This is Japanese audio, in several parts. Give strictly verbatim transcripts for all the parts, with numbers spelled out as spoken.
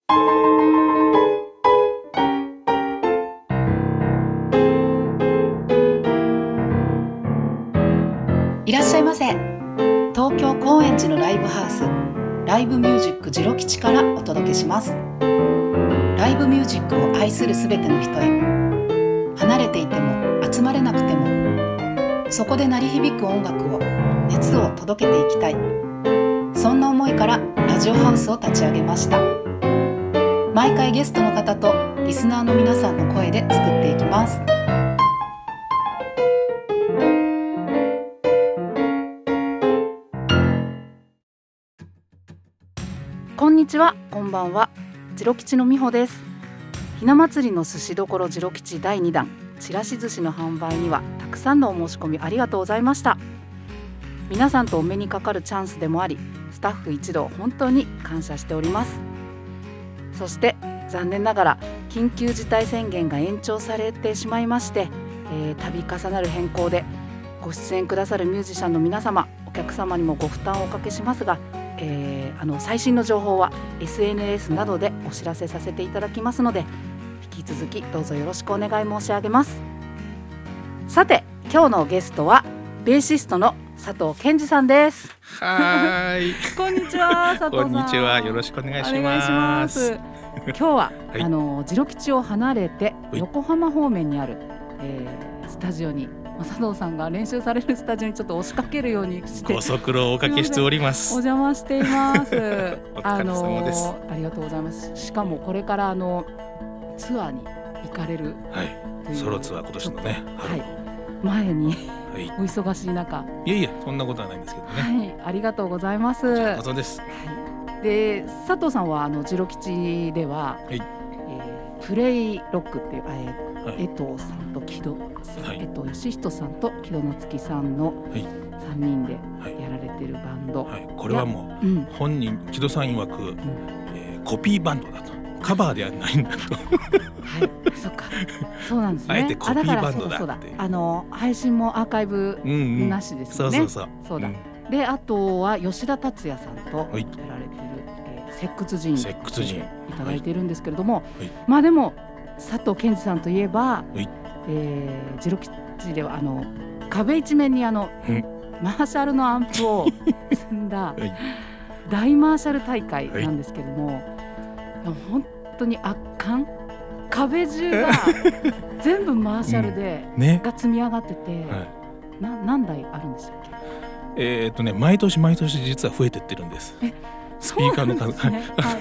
いらっしゃいませ。東京高円寺のライブハウス、ライブミュージックジロ吉からお届けします。ライブミュージックを愛するすべての人へ、離れていても集まれなくても、そこで鳴り響く音楽を、熱を届けていきたい、そんな思いからラジオハウスを立ち上げました。毎回ゲストの方とリスナーの皆さんの声で作っていきます。こんにちは、こんばんは。ジロ吉の美穂です。ひな祭りの寿司どころジロ吉だいにだん、ちらし寿司の販売にはたくさんのお申し込みありがとうございました。皆さんとお目にかかるチャンスでもあり、スタッフ一同本当に感謝しております。そして残念ながら緊急事態宣言が延長されてしまいまして、えー、度重なる変更でご出演くださるミュージシャンの皆様、お客様にもご負担をおかけしますが、えー、あの最新の情報は エスエヌエス などでお知らせさせていただきますので、引き続きどうぞよろしくお願い申し上げます。さて、今日のゲストはベーシストの佐藤健二さんです。 はい。 こんにちは、佐藤さん。 こんにちは、よろしくお願いします。 お願いします。今日は、はい、あのジロ吉を離れて横浜方面にある、えー、スタジオに、佐藤さんが練習されるスタジオにちょっと押しかけるようにしてご足労をおかけしております。 お邪魔しています。 お疲れ様です。 あのありがとうございます。しかもこれからあのツアーに行かれる、 はい、ソロツアー今年のね、 はい、前に、はい、お忙しい中、 いやいやそんなことはないんですけどね、 はい、ありがとうございます。こちらこそです。 はい、で佐藤さんはあのジロ吉では、はい、えー、プレイロックっていう、えーはい、江藤さんと木戸さん、はい、江藤義人さんと木戸夏樹さんのさんにんでやられてるバンド、 はいはい、これはもう、うん、本人木戸さん曰く、うん、えー、コピーバンドだと、カバーではないんだとはい、 そっか、そうなんですね。 あえてコピーバンドだって、 そうだそうだ、あの配信もアーカイブなしですよね、 うんうん、そうそうそうそうだ、うん、であとは吉田達也さんとやられてる、えー、石窟人石窟人いただいているんですけれども、はい、 はい、 まあでも佐藤健二さんといえば、はい、えー、ジロ吉ではあの壁一面にあの、うん、マーシャルのアンプを積んだ大マーシャル大会なんですけども、はい、本当に圧巻、壁中が全部マーシャルで、うんね、が積み上がってて、はい、な何台あるんでしたっけ？ えーっとね、毎年毎年実は増えてってるんです。 え、 スピーカーの数、そうなんですね。はい、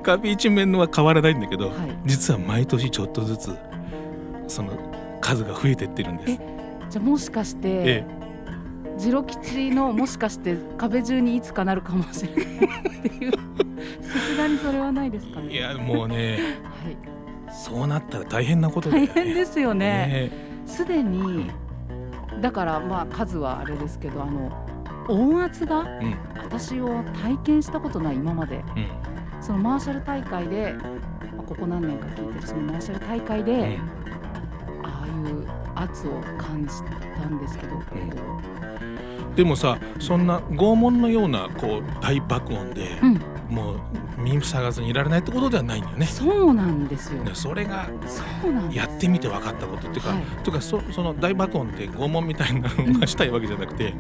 壁一面のは変わらないんだけど、はい、実は毎年ちょっとずつその数が増えてってるんです。 え、じゃあもしかして、ええ、ジロ吉のもしかして壁中にいつかなるかもしれないっていうさすがにそれはないですかね。 いやもうね、はい、そうなったら大変なことだよね。 大変ですよね。すで、ね、にだからまあ数はあれですけど、あの音圧が、うん、私を体験したことない今まで、うん、そのマーシャル大会で、まあ、ここ何年か聞いてるそのマーシャル大会で、うん、ああいう圧を感じたんですけど、 うん、でもさ、そんな拷問のようなこう大爆音で、うん、もう耳塞がずにいられないってことではないんだよね。 そうなんですよ。 それがやってみて分かったことっていうか、はい、というか そ, その大爆音って拷問みたいなのがしたいわけじゃなくて、うん、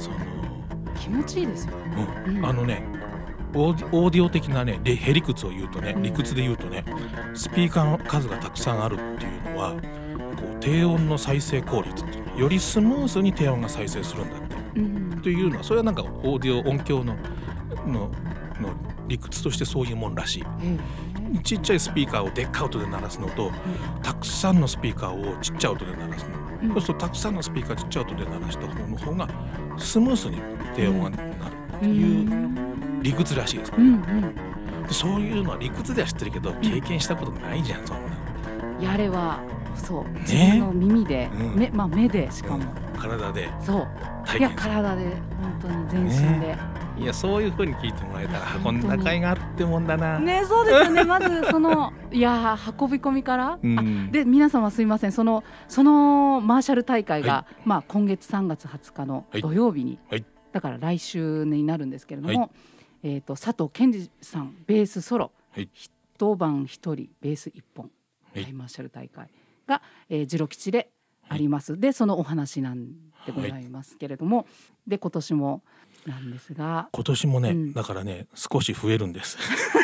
その気持ちいいですよ、 うんうん、あのねオーディ、オーディオ的なねへ理屈を言うとね、理屈で言うとね、スピーカーの数がたくさんあるっていうのはこう低音の再生効率っていうよりスムースに低音が再生するんだって、うん、というのはそれはなんかオーディオ音響ののの理屈としてそういうもんらしい、うん、ちっちゃいスピーカーをでっかい音で鳴らすのと、うん、たくさんのスピーカーをちっちゃい音で鳴らすの、うん、そうするとたくさんのスピーカーちっちゃい音で鳴らした方の方がスムースに低音が鳴るっていう理屈らしいです、うんうん、そういうのは理屈では知ってるけど経験したことないじゃん、そんな。 やれはそう、ね、自分の耳で、うん、目, まあ、目でしかも、 うん、体でそういや体で本当に全身で、ね、 いやそういう風に聞いてもらえたらこんな会があるってもんだな。 ね、そうですよね。まずそのいや運び込みから、うん、あで皆様すいません、そのそのマーシャル大会が、はい、まあ、今月さんがつはつかの土曜日に、はい、だから来週になるんですけれども、はい、 えー、と佐藤健二さんベースソロ、 はい、 一晩一人ベース一本、はい、大マーシャル大会が、えー、ジロ吉であります、はい、でそのお話なんでございますけれども、はい、で今年もなんですが今年もね、うん、だからね少し増えるんです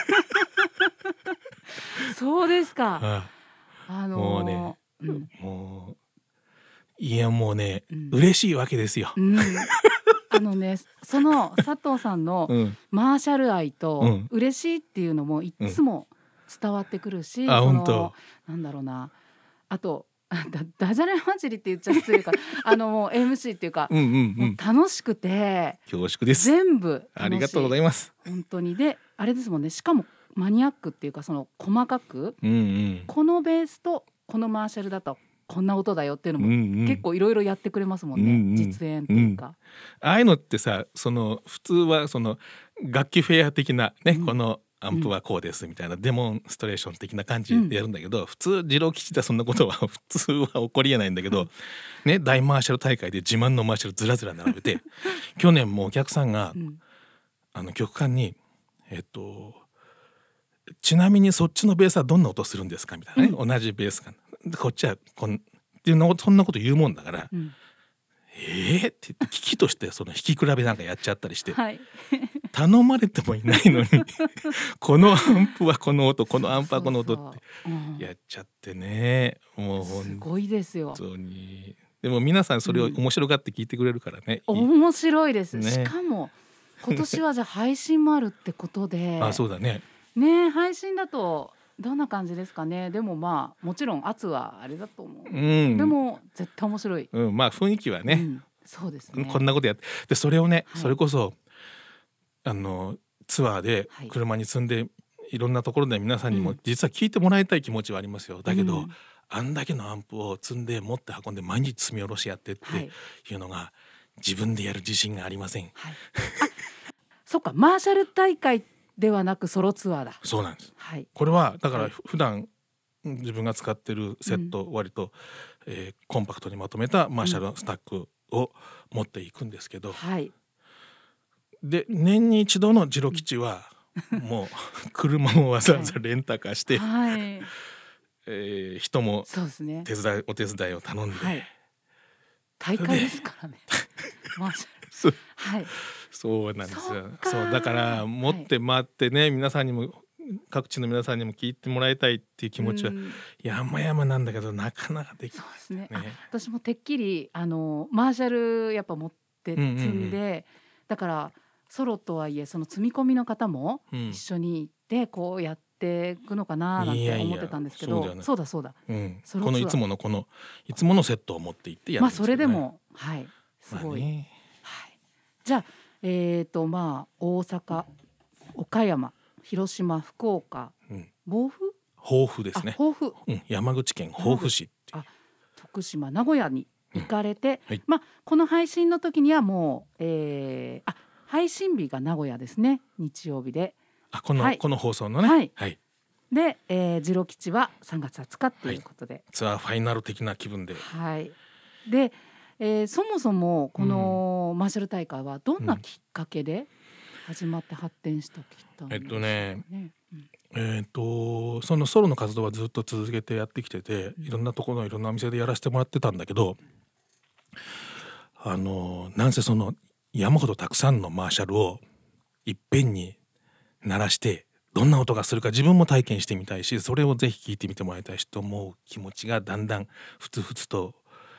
そうですか、 ああ、あのー、もうね、うん、もういやもうね、うん、嬉しいわけですよ、うんあのね、その佐藤さんのマーシャル愛と嬉しいっていうのもいつも伝わってくるし、うん、そのなんだろうな、あとダ, ダジャレ混じりって言っちゃうというかあのもう エムシー っていうか、うんうんうん、もう楽しくて恐縮です、 全部楽しい、 ありがとうございます本当に。であれですもんね、しかもマニアックっていうかその細かく、うんうん、このベースとこのマーシャルだとこんな音だよっていうのも結構いろいろやってくれますもんね、うんうん、実演っていうか、 うん、ああいうのってさ、その普通はその楽器フェア的なね、うん、このアンプはこうですみたいなデモンストレーション的な感じでやるんだけど、うん、普通次郎吉でそんなことは普通は起こりえないんだけど、うん、ね、大マーシャル大会で自慢のマーシャルずらずら並べて去年もお客さんが、うん、あの曲間にえっとちなみにそっちのベースはどんな音するんですかみたいなね、うん、同じベースがこっちはこんっていうのそんなこと言うもんだから、うん、えーって聞きとしてその弾き比べなんかやっちゃったりして、はい、頼まれてもいないのにこのアンプはこの音、このアンプはこの音ってやっちゃってね、もうすごいですよ本当に。でも皆さんそれを面白がって聞いてくれるからね、 うん、面白いです、ね、しかも今年はじゃあ配信もあるってことであ、そうだね。 ね、配信だとどんな感じですかね。でもまあもちろん圧はあれだと思う、うん、でも絶対面白い、 うん、まあ雰囲気はね、うん、 そうですね、 こんなことやってでそれをね、はい、それこそあのツアーで車に積んで、はい、いろんなところで皆さんにも実は聞いてもらいたい気持ちはありますよ、うん、だけど、うん、あんだけのアンプを積んで持って運んで毎日積み下ろしやってっていうのが、はい、自分でやる自信がありません、はい、 あそっか、マーシャル大会ではなくソロツアーだ。 そうなんです、はい、これはだから普段自分が使ってるセット、うん、割と、えー、コンパクトにまとめたマーシャルスタックを持っていくんですけど、うん、はい、で年に一度の次郎吉はもう車もわざわざレンタカーして、はい、えー、人も手伝い、お手伝いを頼んで、はい、 大会ですからねマーシャルはい、 そうなんですよ。そうだから持って回ってね、はい、皆さんにも各地の皆さんにも聞いてもらいたいっていう気持ちは山々なんだけどなかなかできない、 そうですね、ね、私もてっきりあのマーシャルやっぱ持って積んで、うんうんうん、だからソロとはいえその積み込みの方も一緒に行ってこうやっていくのかななんて思ってたんですけど、いやいやそうだそうだ、うん、 このいつものこのいつものセットを持って行ってやるんですけどね、まあそれでもはいすごい、まあね、はい、じゃあえーとまあ、大阪、岡山、広島、福岡、うん、防府防府ですね、 防府、 うん、山口県防府市っていう、あ、 徳島、名古屋に行かれて、うん、はい、まあ、この配信の時にはもう、えー、あ配信日が名古屋ですね、日曜日で、 あ こ, の、はい、この放送のね、 はいはい、で、えー、次郎吉はさんがつはつかということで、はい、 ツアーファイナル的な気分で、 はい、でえー、そもそもこのマーシャル大会はどんなきっかけで始まって発展してきたんですかね。 えっとね、うん、えー、とそのソロの活動はずっと続けてやってきてて、いろんなところのいろんなお店でやらせてもらってたんだけど、あのなんせその山ほどたくさんのマーシャルをいっぺんに鳴らしてどんな音がするか自分も体験してみたいし、それをぜひ聞いてみてもらいたいしと思う気持ちがだんだんふつふつと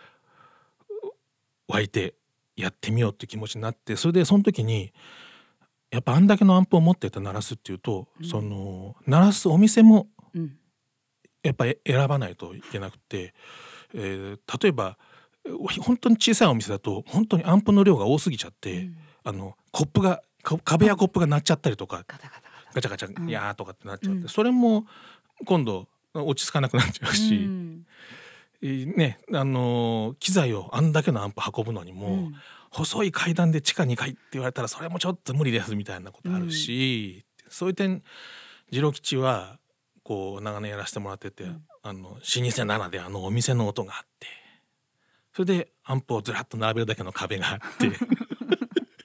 湧いてやってみようって気持ちになって、それでその時にやっぱあんだけのアンプを持ってて鳴らすっていうと、うん、その鳴らすお店もやっぱり選ばないといけなくて、えー、例えば本当に小さいお店だと本当にアンプの量が多すぎちゃって、うん、あのコップが壁やコップが鳴っちゃったりとか、うん、ガチャガチャガチャ、うん、やーとかってなっちゃって、うん、それも今度落ち着かなくなっちゃうし、うんね、あのー、機材をあんだけのアンプ運ぶのにも、うん、細い階段で地下にかいって言われたらそれもちょっと無理ですみたいなことあるし、うん、そういう点次郎吉はこう長年やらせてもらってて、うん、あの老舗ならではのお店の音があって、それでアンプをずらっと並べるだけの壁があってそ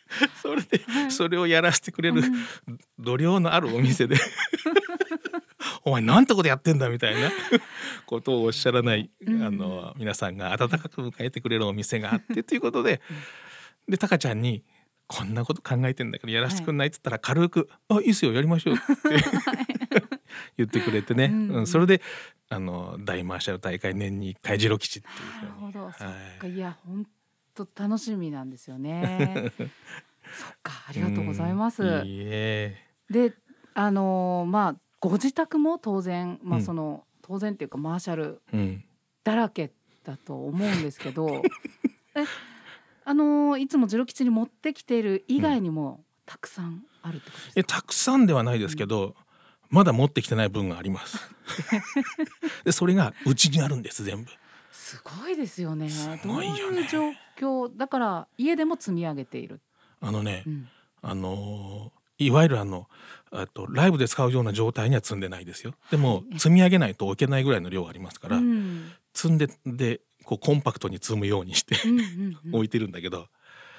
それで、 はい、 それをやらせてくれるうん度量のあるお店でお前なんてことやってんだみたいなことをおっしゃらない、 うん、 あの皆さんが温かく迎えてくれるお店があってということで、でタカちゃんにこんなこと考えてんだけどやらせてくんないって言ったら軽く「あいいっすよやりましょう」って言ってくれてね、 うんうん、それであの大マーシャル大会年にいっかいジロ吉っていうなるほど、 はい、 そっか、いや本当楽しみなんですよねそっか、ありがとうございます。 うん、いいえ。 で、あのーまあご自宅も当然、まあ、 うんその、当然っていうかマーシャルうんだらけだと思うんですけどえ、あのーいつもジロ吉に持ってきている以外にもたくさんあるってことですか？ えたくさんではないですけど、まだ持ってきてない分がありますでそれがうちにあるんです全部。 すごいですよね。 すどうごいよねいう状況だから家でも積み上げている。 あのね、 うんあのーいわゆるあのあとライブで使うような状態には積んでないですよ。でも積み上げないと置けないぐらいの量がありますから、 うん積んででこうコンパクトに積むようにしてうんうんうん置いてるんだけど、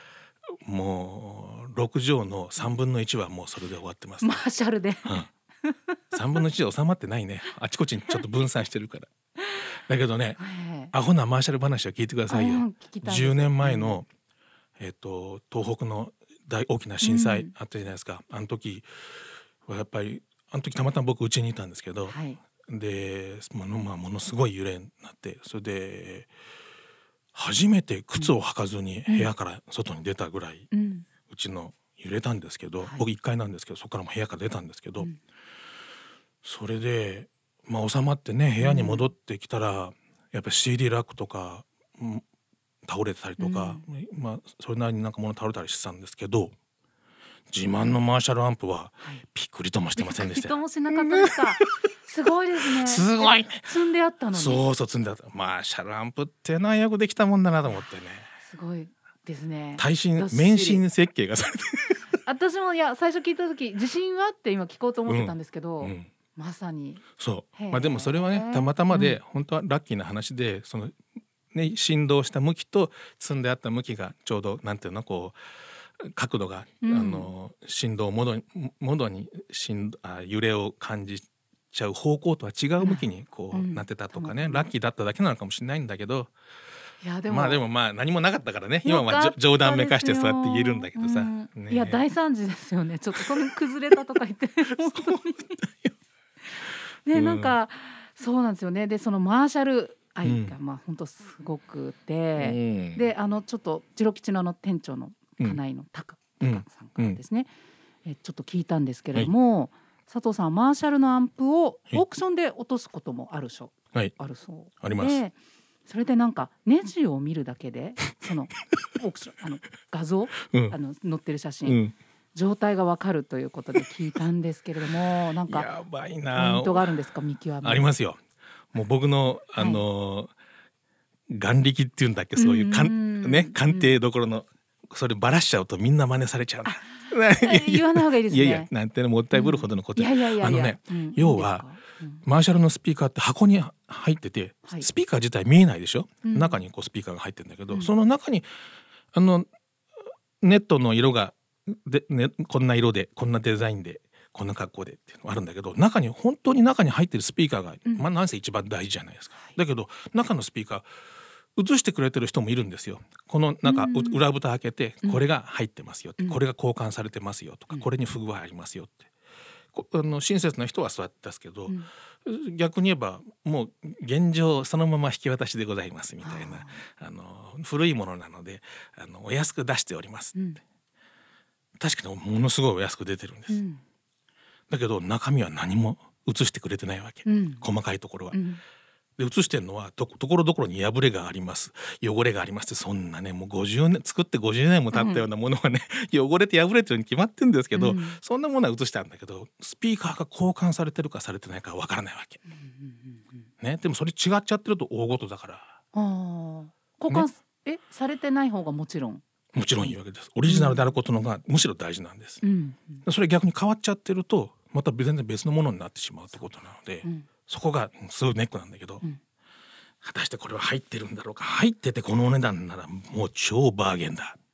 もうろく畳のさんぶんのいちはもうそれで終わってます、 マーシャルでうん、さんぶんのいちで収まってないね。あちこちにちょっと分散してるからだけどね、 はいアホなマーシャル話を聞いてくださいよ。 うん聞きたいですじゅうねんまえの、えっと東北の大大きな震災あったじゃないですか、あの時はやっぱりあの時たまたま僕家にいたんですけど、 はいでもの、まあ、ものすごい揺れになって、それで初めて靴を履かずに部屋から外に出たぐらい、 うんうちの揺れたんですけど、 はい僕いっかいなんですけどそこからも部屋から出たんですけど、 うんそれで、まあ、収まってね部屋に戻ってきたら、やっぱり シーディー ラックとか、うん倒れてたりとか、まあ、それなりになんか物倒れたりしてたんですけど、自慢のマーシャルアンプははいピクリともしてませんでしたよ。 びっくりともしなかったですか？すごいですね。 すごいねえ積んであったのに。 そうそう積んであったマーシャルアンプってのはよくできたもんだなと思ってね。 すごいですね。 耐震どっしり免震設計がされて私もいや最初聞いた時自信はって今聞こうと思ってたんですけど、 る、うん、 まさにそうへーまあでもそれはねたまたまで、本当はラッキーな話で、そのね振動した向きと積んであった向きがちょうどなんていうのこう角度が、 うんあの振動もどにもどに振あ揺れを感じちゃう方向とは違う向きにこう、 うんなってたとかね、 たまたまラッキーだっただけなのかもしれないんだけど、 いやでもまあでもまあ何もなかったからね、 よ今はじょかったですよ冗談めかしてそうやって言えるんだけどさ、 うんねいや大惨事ですよね。ちょっとそれ崩れたとか言って本当にね、 うんなんかそうなんですよね。でそのマーシャル愛がまあ本当すごくて、 うんであのちょっとジロ吉のあの店長の家内のタカ、 うんタカさんからですね、えちょっと聞いたんですけれども、佐藤さんはマーシャルのアンプをいオークションで落とすこともあるしょ、 はいあるそうあります。 で、それでなんかネジを見るだけでそのオークションあの画像、 うんあの載ってる写真、 うん状態がわかるということで聞いたんですけれども、なんかやばいポイなントがあるんですか？見極めありますよ。もう僕のあのー眼力っていうんだっけ、そういうかうんんね鑑定どころのそればらしちゃうとみんな真似されちゃうな。 え言わない方がいいですね。 いやいやなんてねもったいぶるほどのこと、 いやいやいやいや、 あのねうん要は、 いいんですかマーシャルのスピーカーって箱に入ってて、 はいスピーカー自体見えないでしょ、 うん中にこうスピーカーが入ってるんだけど、 うんその中にあのネットの色がで、ね、こんな色でこんなデザインでこんな格好でっていうのがあるんだけど、中に本当に中に入ってるスピーカーが、 うんまあなんせ一番大事じゃないですか、 はいだけど中のスピーカー映してくれてる人もいるんですよ。この中、 うんう裏蓋開けてうんこれが入ってますよって、 うんこれが交換されてますよとか、 うんこれに不具合ありますよってこあの親切な人はそうやって出すけど、 うん逆に言えばもう現状そのまま引き渡しでございますみたいな、あの古いものなのであのお安く出しておりますって、 うん確かにものすごいお安く出てるんです、 うんだけど中身は何も映してくれてないわけ、 うん細かいところは、 うんで映してるのはとところどころに破れがあります汚れがありますって、そんなねもうごじゅうねん作ってごじゅうねんも経ったようなものはね、汚れて破れてるに決まってるんですけど、 うんそんなものは映してあるんだけどスピーカーが交換されてるかされてないかわからないわけ、 うんうんね、でもそれ違っちゃってると大事だからうんああ交換、えされてない方がもちろん、 もちろんいいわけです。オリジナルであることのがむしろ大事なんです、 うんそれ逆に変わっちゃってるとまた全然別のものになってしまうってことなので、 うんそこがすごいネックなんだけど、 うん果たしてこれは入ってるんだろうか、入っててこのお値段ならもう超バーゲンだ、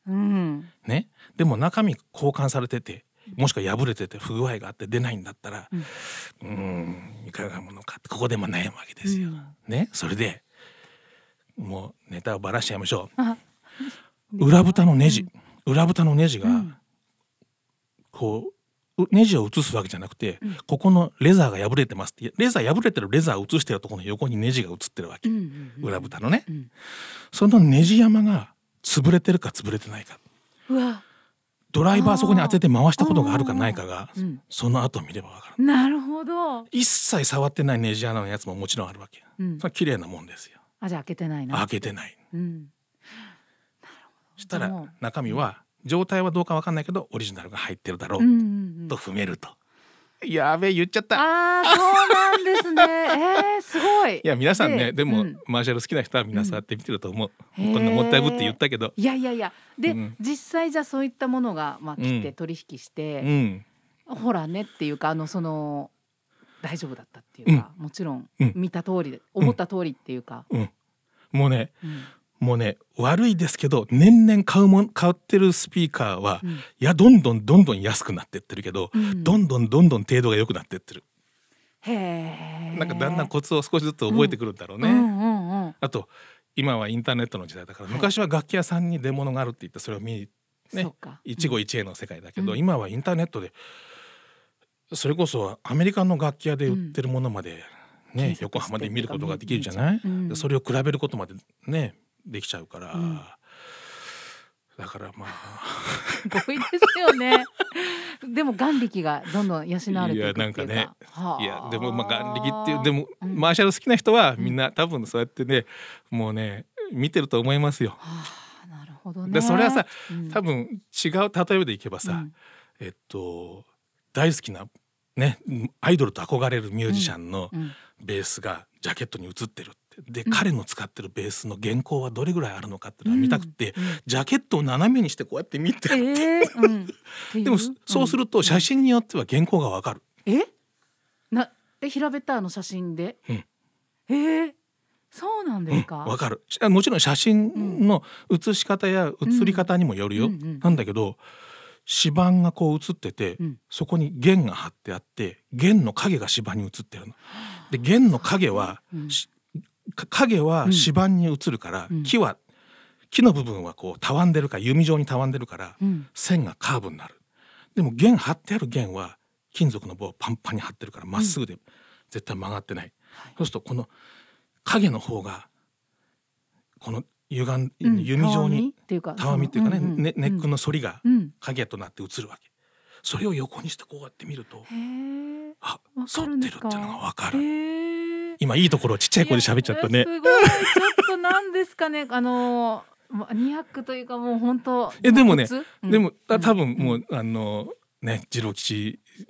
うんね、でも中身交換されてて、もしくは破れてて不具合があって出ないんだったら、うん、うーんいかがなものかってここでも悩むわけですよ、うん、ね。それでもうネタをばらしちゃいましょう。裏蓋のネジ、うん、裏蓋のネジが、うん、こうネジを移すわけじゃなくて、うん、ここのレザーが破れてますって、レザー破れてるレザーを移してるところの横にネジが移ってるわけ、うんうんうん、裏蓋のね、うん、そのネジ山が潰れてるか潰れてないか、うわ、ドライバーそこに当てて回したことがあるかないかが、うん、その後見れば分かる。 なるほど。 一切触ってないネジ穴のやつももちろんあるわけ、うん、それは綺麗なもんですよ。 あ、じゃあ開けてないな。 開けてない、うん、なるほど。したら中身は状態はどうか分かんないけどオリジナルが入ってるだろう、うんうんうん、と踏めると。やべえ言っちゃった。 あーそうなんですね。えー、すごい。 いや皆さんね、でも、うん、マーシャル好きな人は皆さんやってみてると思う、うん、こんなもったいぶって言ったけど、 いやいやいやで、うん、実際じゃあそういったものが、まあ、来て取引して、うんうん、ほらねっていうか、あのその大丈夫だったっていうか、うん、もちろん見た通りで、うん、思った通りっていうか、 うん、もうね、うんもうね悪いですけど年々買うもん買ってるスピーカーは、うん、いやどんどんどんどん安くなってってるけど、うん、どんどんどんどん程度が良くなってってる。へー、なんかだんだんコツを少しずつ覚えてくるんだろうね、うんうんうんうん、あと今はインターネットの時代だから、はい、昔は楽器屋さんに出物があるって言ってそれを見ね一期一会の世界だけど、うん、今はインターネットでそれこそアメリカの楽器屋で売ってるものまでね、うん、横浜で見ることができるじゃない、うん、それを比べることまでねできちゃうから、うん、だからまあすごいですよね。でも眼力がどんどん養われていくっていうか、いやなんかね、 いやでもまあ眼力っていうでも、うん、マーシャル好きな人はみんな多分そうやってね、うん、もうね見てると思いますよ。はあ、なるほどね。 でそれはさ、うん、多分違う例えでいけばさ、うん、えっと大好きなねアイドルと憧れるミュージシャンのベースがジャケットに写ってる。で、うん、彼の使ってるベースの原稿はどれぐらいあるのかっていうのを見たくて、うん、ジャケットを斜めにしてこうやって見て、えーうん、でもそうすると写真によっては原稿がわかる、 うん、えなで平べったいの写真で、うん、えー、そうなんですか、 わ、うん、かる。もちろん写真の写し方や写り方にもよるよ、うんうんうん、なんだけど指板がこう写ってて、うん、そこに弦が張ってあって弦の影が指板に写ってるので、弦の影は、うん影は指板に映るから、うん、木は木の部分はこうたわんでるか弓状にたわんでるから、うん、線がカーブになる。でも弦張ってある弦は金属の棒をパンパンに張ってるからまっすぐで絶対曲がってない、うん、そうするとこの影の方がこの歪ん、うん、弓状にたわみっていうかね、うんうん、ねネックの反りが影となって映るわけ。それを横にしてこうやって見ると、あ、反ってるっていうのが分かる。今いいところをちっちゃい声で喋っちゃったね。 すごいちょっとなんですかねあのマニアックというかもう本当えでもね、うん、でも多分もう、うん、あのね次郎吉、うん、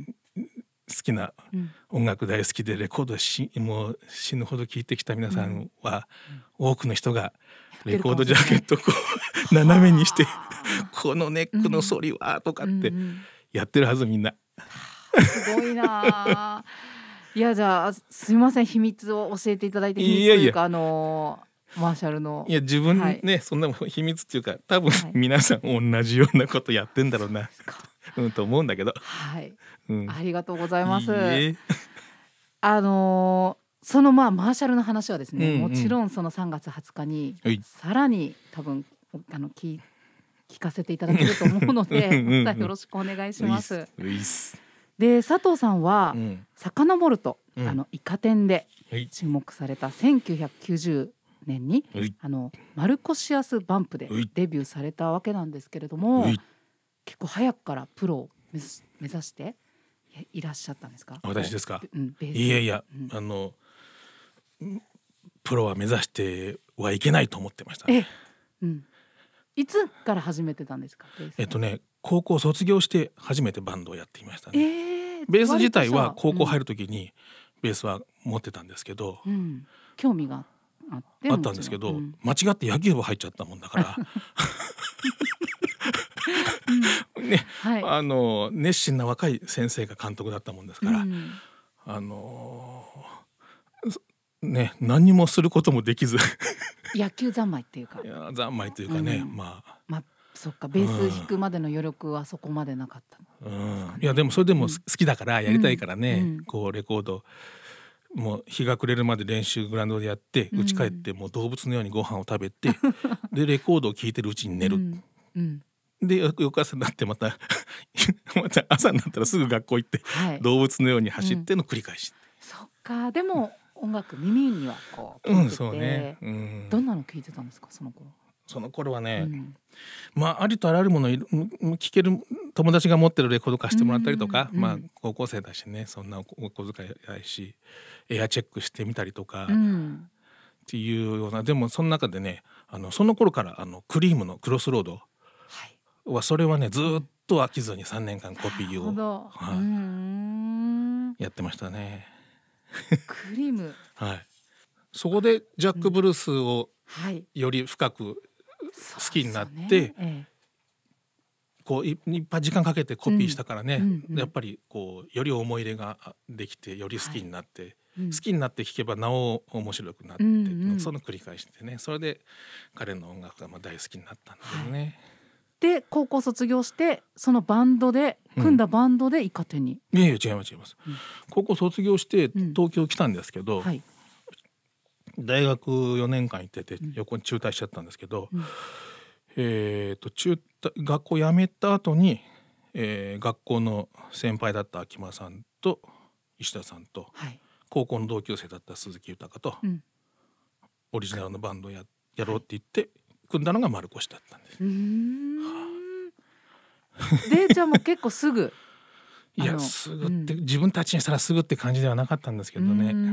好きな音楽大好きでレコードしもう死ぬほど聴いてきた皆さんは、うん、多くの人がレコードジャケットをこう斜めにしてこのネックの反りはとかってやってるはずみんな。 すごいな。いやじゃあすみません秘密を教えていただいて、秘密というかいやいやあのマーシャルのいや自分ね、はい、そんな秘密っていうか多分、はい、皆さん同じようなことやってんだろうな、うん、と思うんだけど、 はい、うん、ありがとうございます。いいあのー、そのまあマーシャルの話はですね、うんうん、もちろんそのさんがつはつかにさらに多分あの聞聞かせていただけると思うのでまたよろしくお願いします。 ういっすで佐藤さんは、うん、遡ると、うん、あのイカ天で注目されたせんきゅうひゃくきゅうじゅうねんにあのマルコシアスバンプでデビューされたわけなんですけれども、結構早くからプロを目指していらっしゃったんですか？ 私ですか？うん、いやいや、うん、あのプロは目指してはいけないと思ってましたね。え、うん、 いつから始めてたんですか？ えっとね高校卒業して初めてバンドをやっていましたね、えー、ベース自体は高校入る時にベースは持ってたんですけど、うん、 興味があってあったんですけど、うん、間違って野球部入っちゃったもんだからね、はい、あの熱心な若い先生が監督だったもんですから、うん、あのね何にもすることもできず野球三昧っていうかいや三昧というかね、うん、まあ、まそっか、ベース弾くまでの余力はそこまでなかったの、 うん、いやでもそれでも好きだからやりたいからね、 うんうん、 こうレコードもう日が暮れるまで練習グラウンドでやって家帰ってもう動物のようにご飯を食べて、うん、でレコードを聴いてるうちに寝る、うんうん、で翌朝になってまたまた朝になったらすぐ学校行って、はい、動物のように走っての繰り返し、 うん、そっか。でも音楽耳にはこう聴いてて、うん、そうね、うん、どんなの聴いてたんですかその頃。 その頃はね、うん、まあありとあらゆるものを聴ける、友達が持ってるレコード貸してもらったりとか、うんうん、まあ高校生だしね、そんなお小遣いないしエアチェックしてみたりとか、うん、っていうような。でもその中でね、あのその頃からあのクリームのクロスロードはそれはねずっと飽きずにさんねんかんコピーを、はい、うん、やってましたね。 クリームはい、そこでジャック・ブルースをより深く好きになって、ね、ええ、こういっぱい時間かけてコピーしたからね、うんうん、やっぱりこうより思い入れができてより好きになって、はい、うん、好きになって弾けばなお面白くなって、うんうん、その繰り返しでね、それで彼の音楽がまあ大好きになったんだよね、はい、 で高校卒業してそのバンドで組んだバンドでイカ天に、 うん、いやいや違います違います、うん、高校卒業して東京来たんですけど、うん、はい、大学よねんかん行ってて横に中退しちゃったんですけど、うん、えー、と中学校辞めた後に、えー、学校の先輩だった秋間さんと石田さんと、はい、高校の同級生だった鈴木豊と、うん、オリジナルのバンドを や, やろうって言って組んだのが丸越だったんです。うーんでじゃあもう結構すぐいやすぐって、うん、自分たちにしたらすぐって感じではなかったんですけどね。うんうん、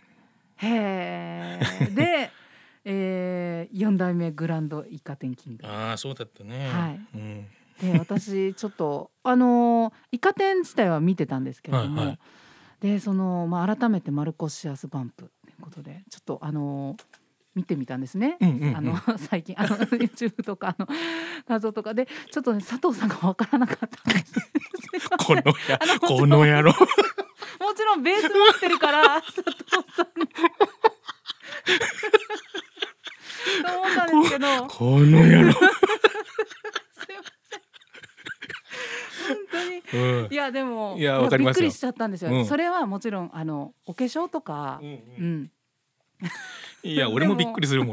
へーで、えー、よん代目グランドイカ天キング。 ああそうだったね、 はい、うん、で私ちょっとあのー、イカ天自体は見てたんですけれども、はいはい、でその、まあ、改めてマルコシアスバンプということでちょっとあのー見てみたんですね、うんうんうん、あの最近あの YouTube とかあの画像とかでちょっとね佐藤さんが分からなかったんですこのやこの野郎もちろんベース持ってるから佐藤さんと思ったんですけどこの野郎すいません本当に、うん、いやでもいやわかりますよ。 びっくりしちゃったんですよ、うん、それはもちろんあのお化粧とか、うんうんうん、 いや俺もびっくりするもん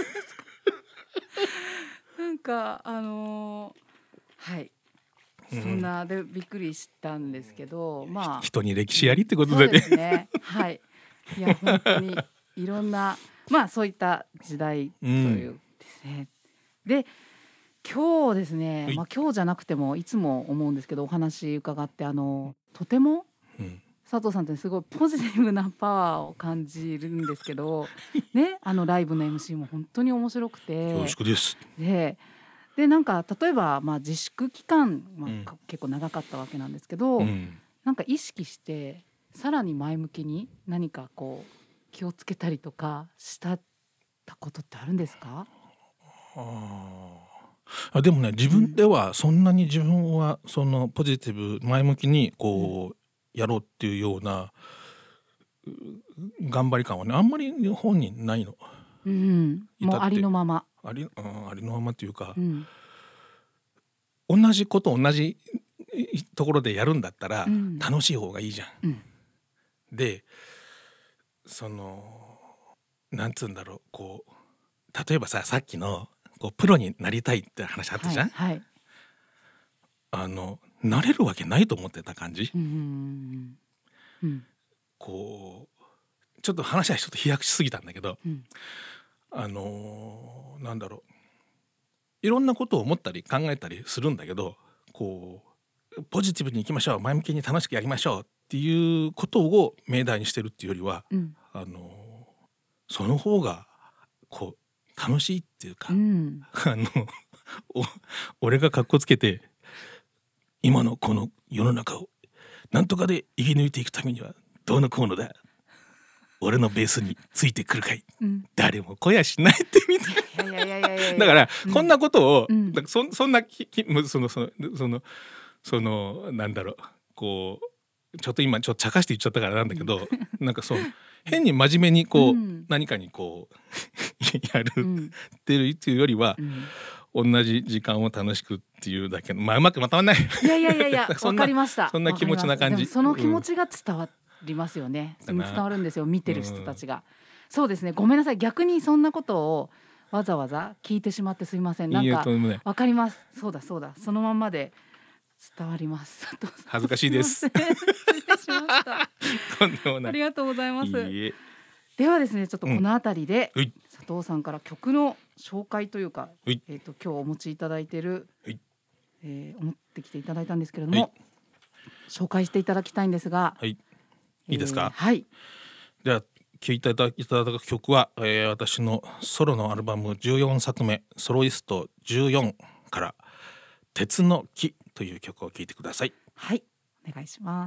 なんかあのー、はい、うん、そんなでびっくりしたんですけど、まあ人に歴史ありってことでね。 そうですね、はい、いや本当にいろんなまあそういった時代というですね、うん、で今日ですね、まあ、今日じゃなくてもいつも思うんですけどお話伺ってあのとても、うん、佐藤さんってすごいポジティブなパワーを感じるんですけどね、あのライブの エムシー も本当に面白くて恐縮です。 ででなんか例えば、まあ、自粛期間、まあうん、結構長かったわけなんですけど、うん、なんか意識してさらに前向きに何かこう気をつけたりとかしたことってあるんですか？ ああでもね自分ではそんなに自分はそのポジティブ前向きにこう、うんやろうっていうような頑張り感はねあんまり本人ないの、 うん、もうありのままあり、うん、ありのままっていうか、うん、同じこと同じところでやるんだったら、うん、楽しい方がいいじゃん、うん、でそのなんつうんだろうこう例えばささっきのこうプロになりたいって話あったじゃん、はいはい、あのなれるわけないと思ってた感じ、うんうん、こうちょっと話はちょっと飛躍しすぎたんだけど、うん、あのー、なんだろういろんなことを思ったり考えたりするんだけどこうポジティブにいきましょう前向きに楽しくやりましょうっていうことを命題にしてるっていうよりは、うん、あのー、その方がこう楽しいっていうか、うん、あの俺がかっこつけて今のこの世の中をなんとかで生き抜いていくためにはどうのこうのだ俺のベースについてくるかい、うん、誰も来やしないってみたいなだから、うん、こんなことを、うん、だから そ, そんなききそのそのそのそのなんだろうこうちょっと今ちょっと茶化して言っちゃったからなんだけど、うん、なんかそう変に真面目にこう、うん、何かにこうやるっていうよりは、うん、 同じ時間を楽しくっていうだけの、まあうまくまとまんないいやいやいやいやそんなわかりました。 そんな気持ちな感じ。 でもその気持ちが伝わりますよね、 うん伝わるんですよ、見てる人たちが、うん、そうですね。ごめんなさい、逆にそんなことをわざわざ聞いてしまってすいません。なんかわかります。そうだそうだ、そのまんまで伝わります。 恥ずかしいです。 失礼しました。 とんでもない。 ありがとうございます。 いいえ。 ではですね、ちょっとこのあたりで、 うん、 佐藤さんから曲の紹介というか、 はい、 えー、と今日お持ちいただいている、 はい、 えー、持ってきていただいたんですけれども、 はい、 紹介していただきたいんですが、 はい、いいですか。 えー、はい。 では聴いていただく曲は、えー、私のソロのアルバムじゅうよんさくめソロイストじゅうよんから鉄の木という曲を聴いてください。 はい、お願いします。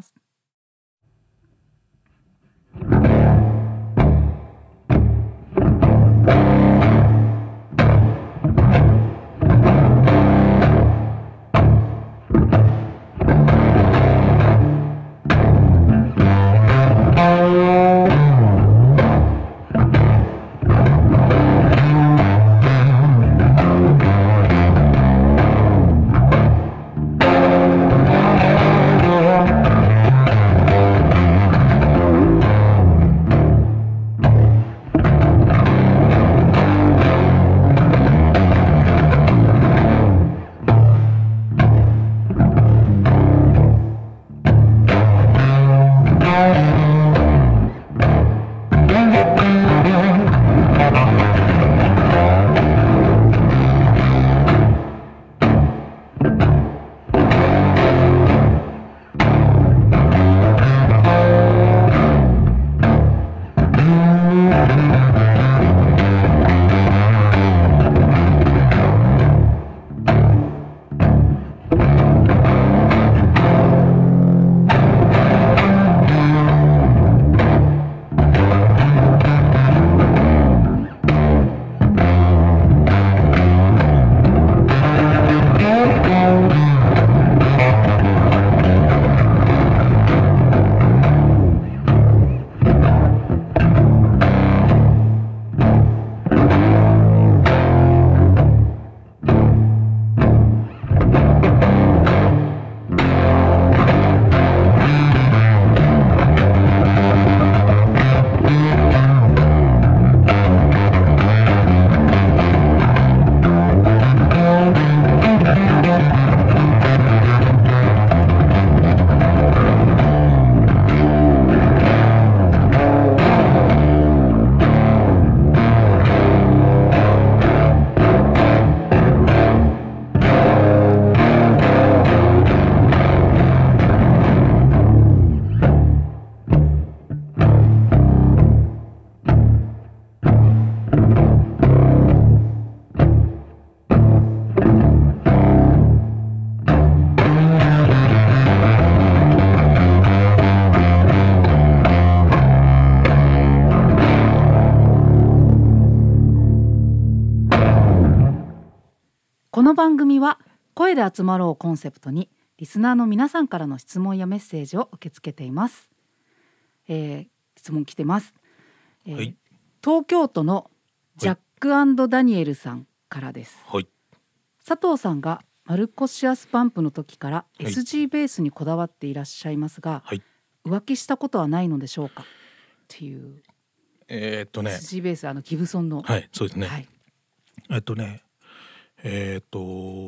この番組は声で集まろうをコンセプトにリスナーの皆さんからの質問やメッセージを受け付けています。えー、質問来てます、えーはい、東京都のジャック&ダニエルさんからです、 はい、 佐藤さんがマルコシアスパンプの時から エスジー ベースにこだわっていらっしゃいますが、はい、浮気したことはないのでしょうかっていう。 えー、っとねエスジー ベース、あのギブソンの、 はいそうですね、 はい、 えっとねえっと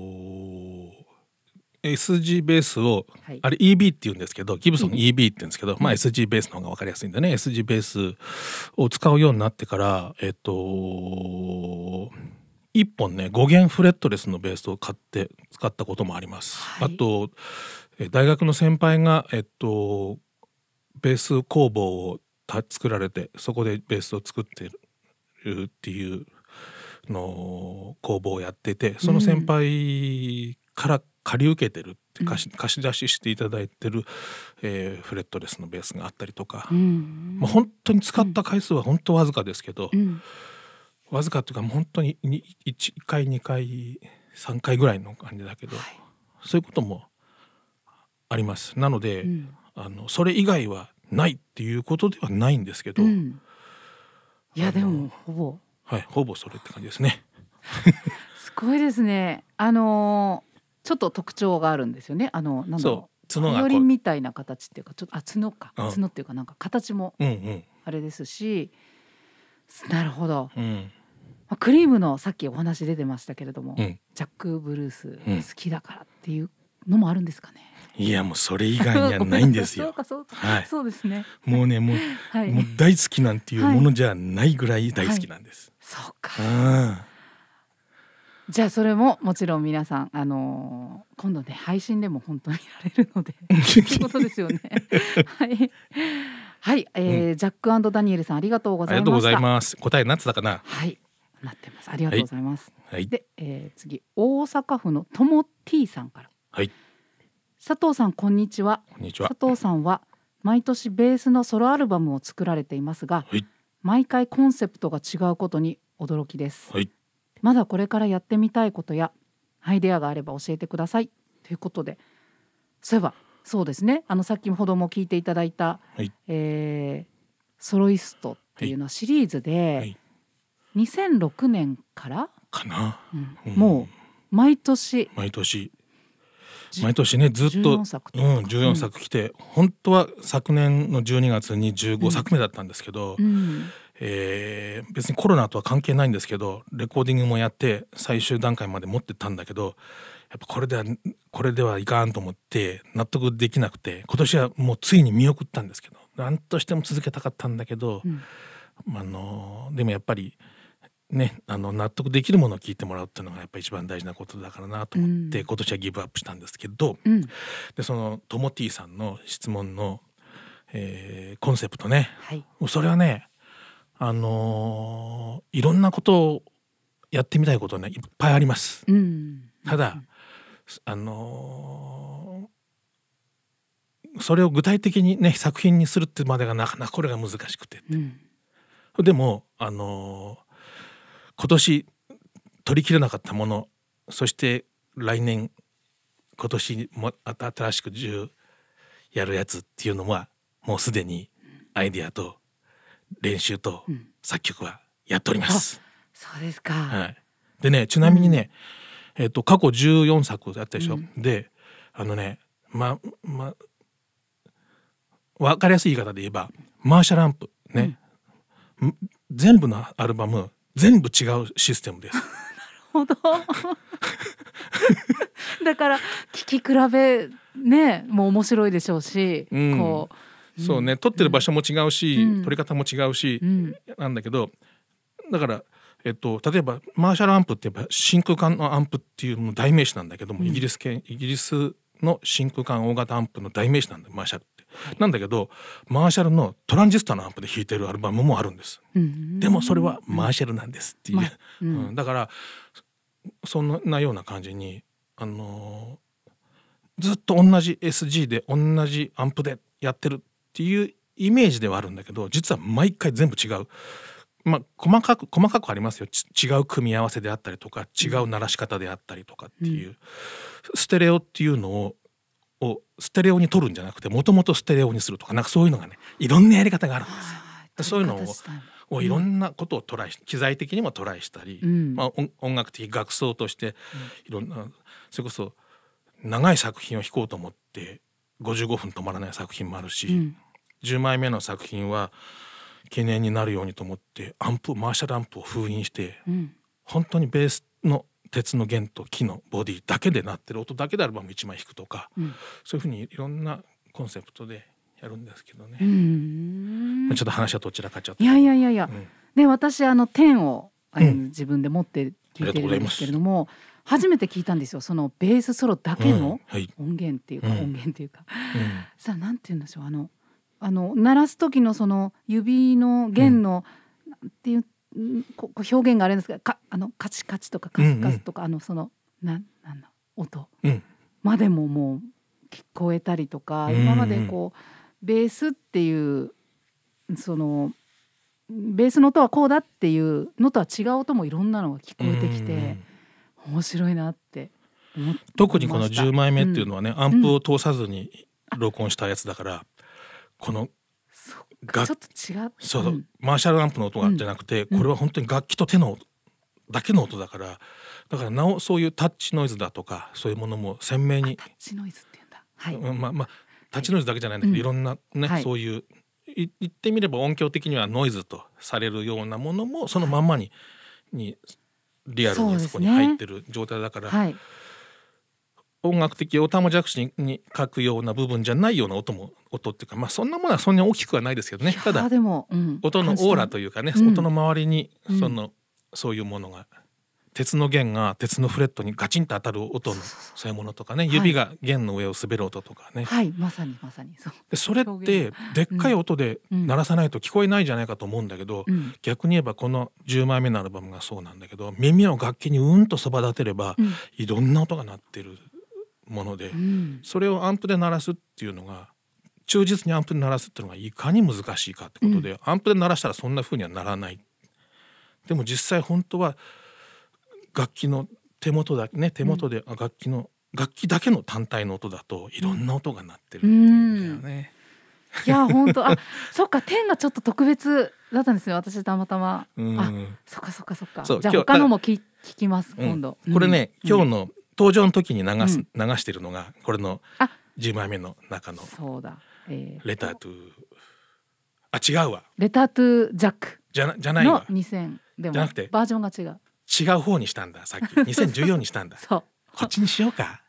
エスジー ベースを、はい、あれ イービー って言うんですけど、ギブソン イービー って言うんですけど、まあ エスジー ベースの方が分かりやすいんでね、 エスジー ベースを使うようになってからえっといっぽんねご弦フレットレスのベースを買って使ったこともあります、はい、あと大学の先輩がえっとベース工房を作られて、そこでベースを作ってるっていうの工房をやってて、その先輩から借り受けてるって貸し、貸し出ししていただいてる、えー、フレットレスのベースがあったりとか、うん、まあ、本当に使った回数は本当わずかですけど、うん、わずかっていうか本当にいっかいにかいさんかいぐらいの感じだけど、はい、そういうこともあります。なので、うん、あのそれ以外はないっていうことではないんですけど、うん、 いやでもほぼはいほぼそれって感じですね。 すごいですね。あのーちょっと特徴があるんですよね。あのなんだろう、バイオリンみたいな形っていうか、ちょっとあ角か、 うん角っていうかなんか形もうんうんあれですし、なるほど。 うんまあクリームのさっきお話出てましたけれども、 うんジャックブルース好きだからっていうのもあるんですかね。 いやもうそれ以外にはないんですそうよ。 かそうか、 はいそうですね。 もうねもうはいもう大好きなんていうものじゃないぐらい大好きなんです。 そうか。 うんじゃあそれももちろん皆さん、あのー今度ね配信でも本当にやれるのでということですよね。はいはい、えージャック&ダニエルさんありがとうごあざいました。 りがとうございます。答えなってたかな。 はいなってます。ありがとうございます。 はいで、えー次大阪府のとも T さんから、 はい佐藤さんこんにちは。 こんにちは。 佐藤さんは毎年ベースのソロアルバムを作られていますが、 はい毎回コンセプトが違うことに驚きです。 はいまだこれからやってみたいことやアイデアがあれば教えてくださいということで、そういえばそうですね、あの先ほども聞いていただいた、 はいえーソロイストっていうのはシリーズで、 はいにせんろくねんから、 かな。 うんうんもう毎年毎年じ毎年ねずっじゅうとよんさくとかうんじゅうよんさく来て、本当は昨年のじゅうにがつにじゅうごさくめだったんですけど、 うんえー別にコロナとは関係ないんですけどレコーディングもやって最終段階まで持ってったんだけど、やっぱこれではこれではいかんと思って納得できなくて、今年はもうついに見送ったんですけど、何としても続けたかったんだけど、 うんあのでもやっぱりねあの納得できるものを聞いてもらうっていうのがやっぱり一番大事なことだからなと思って、 うん今年はギブアップしたんですけど、 うんでそのとも T さんの質問の、えーコンセプトね、 はいそれはねあのーいろんなことをやってみたいことねいっぱいあります。 うんただ、あのーそれを具体的にね作品にするってまでがなかなかこれが難しくて、 うんでもあのー今年取り切れなかったもの、そして来年今年も新しくじゅうやるやつっていうのはもうすでにアイディアと練習とうん作曲はやっております。 そうですか。 はい、でねちなみにね、えっと過去じゅうよんさくやったでしょ、 うんであのねまま分かりやすい言い方で言えばマーシャルアンプね、ん全部のアルバム全部違うシステムです。 なるほど。だから聞き比べねもう面白いでしょうし、 うんこうそうね撮ってる場所も違うし、 うん撮り方も違うし、 うんなんだけどだから、えっと、例えばマーシャルアンプってやっぱ真空管のアンプっていうの代名詞なんだけども、 うんイギリス系イギリスの真空管大型アンプの代名詞なんだマーシャルって。なんだけどマーシャルのトランジスタのアンプで弾いてるアルバムもあるんです。 うんでもそれはマーシャルなんですっていう、 まあうんうんだからそんなような感じに、あのーずっと同じ エスジー で同じアンプでやってるっていうイメージではあるんだけど、実は毎回全部違う、まあ、細かく細かくありますよ。ち違う組み合わせであったりとか違う鳴らし方であったりとかっていう、 うステレオっていうのををステレオに取るんじゃなくてもともとステレオにするとか、なんかそういうのがねいろんなやり方があるんですよ。 はいそういうのを取り方自体もをいろんなことをトライし、機材的にもトライしたり、 うんまあ、音音楽的楽奏としていろんな、それこそ長い作品を弾こうと思ってごじゅうごふん止まらない作品もあるし、 うんじゅうまいめの作品は記念になるようにと思ってアンプマーシャルアンプを封印してうん本当にベースの鉄の弦と木のボディだけで鳴ってる音だけでアルバムいちまい弾くとか、 うんそういうふうにいろんなコンセプトでやるんですけどね、 うーんまあちょっと話はどちらかっちゃったいやいやいやいや、 うんで私あの点をあの、 うん自分で持って聞いてるんですけれどあも、初めて聞いたんですよ、そのベースソロだけうんのはい音源っていうか、 うん音源っていうか、 うんさあなんて言うんでしょう、あのあの鳴らす時のその指の弦の、なんていうんここう表現があるんですが、かあのカチカチとかカスカスとか、あのそのなんなんだ音うんまでももう聞こえたりとか、 うん今までこうベースっていうそのベースの音はこうだっていうのとは違う音もいろんなのが聞こえてきて、面白いなって思って特にこのじゅうまいめっていうのはね、アンプうんを通さずに録音したやつだから、このそっがかちょっと違うそう、 うんマーシャルアンプの音がじゃなくて、 うんこれは本当に楽器と手のだけの音だから、だからなおそういうタッチノイズだとかそういうものも鮮明に、 タッチノイズって言うんだ。はい。 うんまあまあタッチノイズだけじゃないんだけど、 うんいろんなね、 はいそういうい言ってみれば音響的にはノイズとされるようなものもそのまんまに、にリアルにそこに入ってる状態だから、 はい。 音楽的オタマジャクシに書くような部分じゃないような音も音っていうか、まあそんなものはそんなに大きくはないですけどね。ただいやでも、うん、 音のオーラというかね、 うん音の周りにうんその、そういうものが鉄の弦が鉄のフレットにガチンと当たる音のそういうものとかね、 い指が弦の上を滑る音とかね、 はいまさにまさにそう。 でそれってでっかい音で鳴らさないと聞こえないんじゃないかと思うんだけど、 うん逆に言えばこのじゅうまいめのアルバムがそうなんだけど、耳を楽器にうんとそば立てれば、 うんいろんな音が鳴ってるもので、 うんそれをアンプで鳴らすっていうのが忠実にアンプで鳴らすっていうのがいかに難しいかってことで、うん、アンプで鳴らしたらそんな風にはならない。でも実際本当は楽器の手元だね手元で、うん、楽器の楽器だけの単体の音だといろんな音が鳴ってるっていうんだよね。 いや本当あそっか天がちょっと特別だったんですよ私たまたま。 うんあそっかそっかそっか。じゃあ他のも聞聞きます今度。 うん、これね、 うん、 今日の登場の時に流す、うん、流してるのがこれのじゅうまいめの中のそうだ、えー、 レタートゥあ違うわレタートゥジャックじゃなじゃないわのにせんでもじゃなくてバージョンが違う違う方にしたんださっきにせんじゅうよんにしたんだそうこっちにしようか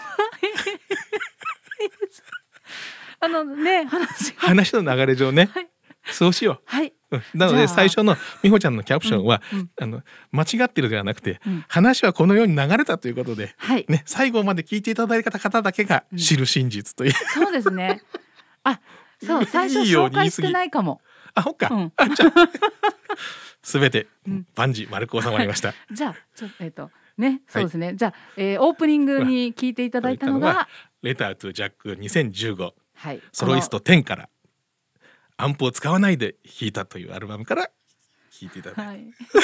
あのね話話の流れ上ね、はい、そうしよう、 はい、 うん、なので最初の美穂ちゃんのキャプションは、うんうん、あの間違ってるではなくて、うん、話はこのように流れたということで、はいね、最後まで聞いていただいた方だけが知る真実という、 うん、そうですねあそう最初紹介してないかもあほっか、うん、あじゃあすべて万事丸く収まりました、 はい、じゃあちょっとえっ、ー、とねそうですね、はい、じゃあ、えー、オープニングに聞いていただいたのがレタートゥジャックにせんじゅうご、 はい、 ソロイストじゅうからアンプを使わないで弾いたというアルバムから聴いていただいて、はい、すいま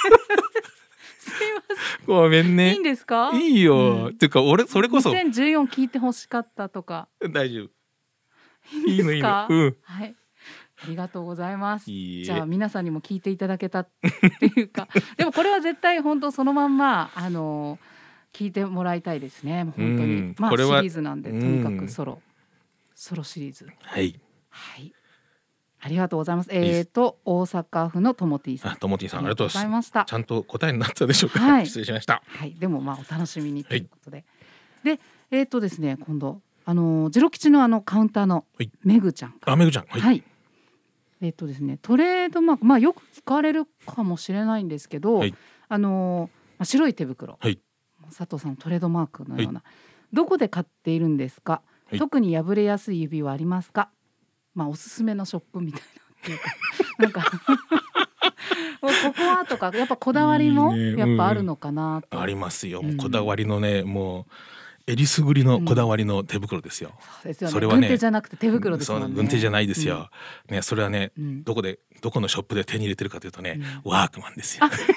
せんごめんねいいんですかいいよ、うん、っていうか俺それこそにせんじゅうよん聞いてほしかったとか大丈夫いいんですかいいのいいの、うん、 はいありがとうございます。 いいじゃあ皆さんにも聞いていただけたっていうかでもこれは絶対本当そのまんまあの聞いてもらいたいですね本当に、うん、まあシリーズなんでとにかくソロ、うん、ソロシリーズはいはいありがとうございます。えっ、ー、と大阪府のトモティさんあトモティさんありがとうございました。 ちゃんと答えになったでしょうか、 はい、 失礼しました。 はいでもまあお楽しみにということで、はい、でえっ、ー、とですね今度あのジロ吉のあのカウンターのめぐちゃんあめぐちゃんはい、 はいえっとですね、トレードマーク、まあ、よく聞かれるかもしれないんですけど、はい、あのまあ、白い手袋、はい、佐藤さんのトレードマークのような、はい、どこで買っているんですか、はい、特に破れやすい指はありますか、まあ、おすすめのショップみたいなっていうかなんかここはとかやっぱこだわりもやっぱあるのかなと、 うん、ありますよ、うん、こだわりのねもうえりすぐりのこだわりの手袋ですよ。 うん、そうですよね。それはね、軍手じゃなくて手袋ですもんね。 軍手じゃないですよ。うん、ね、それはね、うん、どこでどこのショップで手に入れてるかというとね、うん、ワークマンですよ。 あ、ワー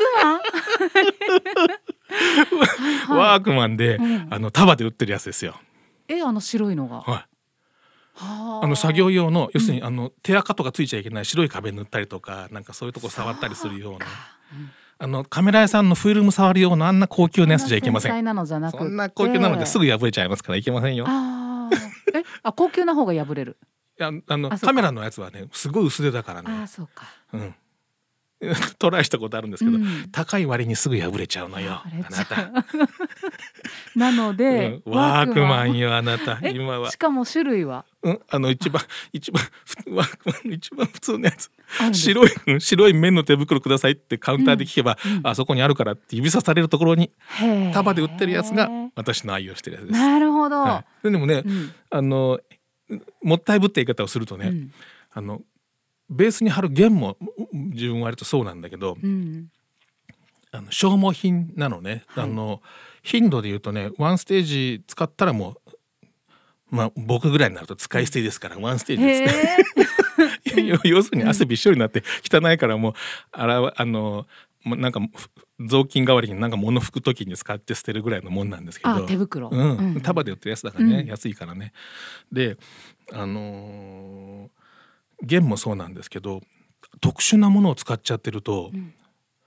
クマン？ ワークマンで、うん、あの束で売ってるやつですよ。 え、あの白いのが。 はい。はあの作業用の要するに、うん、あの手垢とかついちゃいけない白い壁塗ったりとかなんかそういうとこ触ったりするような。あのカメラ屋さんのフィルム触るようなあんな高級なやつじゃいけません。 繊細なのじゃなくて、 そんな高級なのですぐ破れちゃいますからいけませんよ。 あえあ高級な方が破れる。 いやあのカメラのやつはねすごい薄手だからね。 あそうか。 うん。トライしたことあるんですけど、うん、高い割にすぐ破れちゃうのよあなた。 なので、 うん、ワークマンよあなた今は。 しかも種類は。 うん、あの一番一番ワークマンの一番普通のやつ白い白い綿の手袋くださいってカウンターで聞けば、うんうん、あそこにあるからって指さされるところに束で売ってるやつが私の愛用してるやつです。 なるほど、 はい、でもね、うん、あのもったいぶった言い方をするとね、うん、あのベースに貼る弦も自分割とそうなんだけど、うん、あの消耗品なのね、はい、あの頻度で言うとねワンステージ使ったらもうまあ僕ぐらいになると使い捨てですからワンステージですね要するに汗びっしょりになって汚いからもうあらあのなんか雑巾代わりになんか物拭く時に使って捨てるぐらいのもんなんですけど、 あ手袋、 うんうん、束で売ってるやつだからね、うん、安いからね。であのー、弦もそうなんですけど特殊なものを使っちゃってると、うん、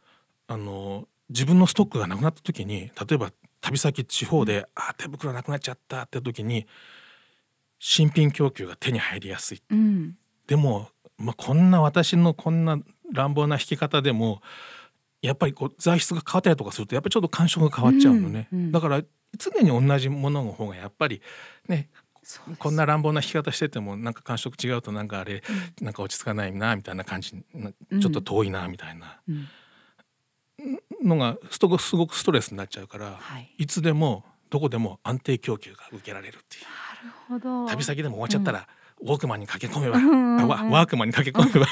あの自分のストックがなくなった時に、例えば旅先地方で、うん、あ手袋なくなっちゃったって時に新品供給が手に入りやすい、うん、でも、まあ、こんな私のこんな乱暴な弾き方でもやっぱりこう材質が変わったりとかするとやっぱりちょっと感触が変わっちゃうのね、うんうん、だから常に同じものの方がやっぱりね、こんな乱暴な弾き方しててもなんか感触違うとなんかあれ、うん、なんか落ち着かないなみたいな感じ、ちょっと遠いなみたいなのがすごくストレスになっちゃうから、はい、いつでもどこでも安定供給が受けられるっていう。 なるほど。 旅先でも終わっちゃったら、うん、ウォークマンに駆け込めば、うんうんうん、ワ, ワークマンに駆け込めば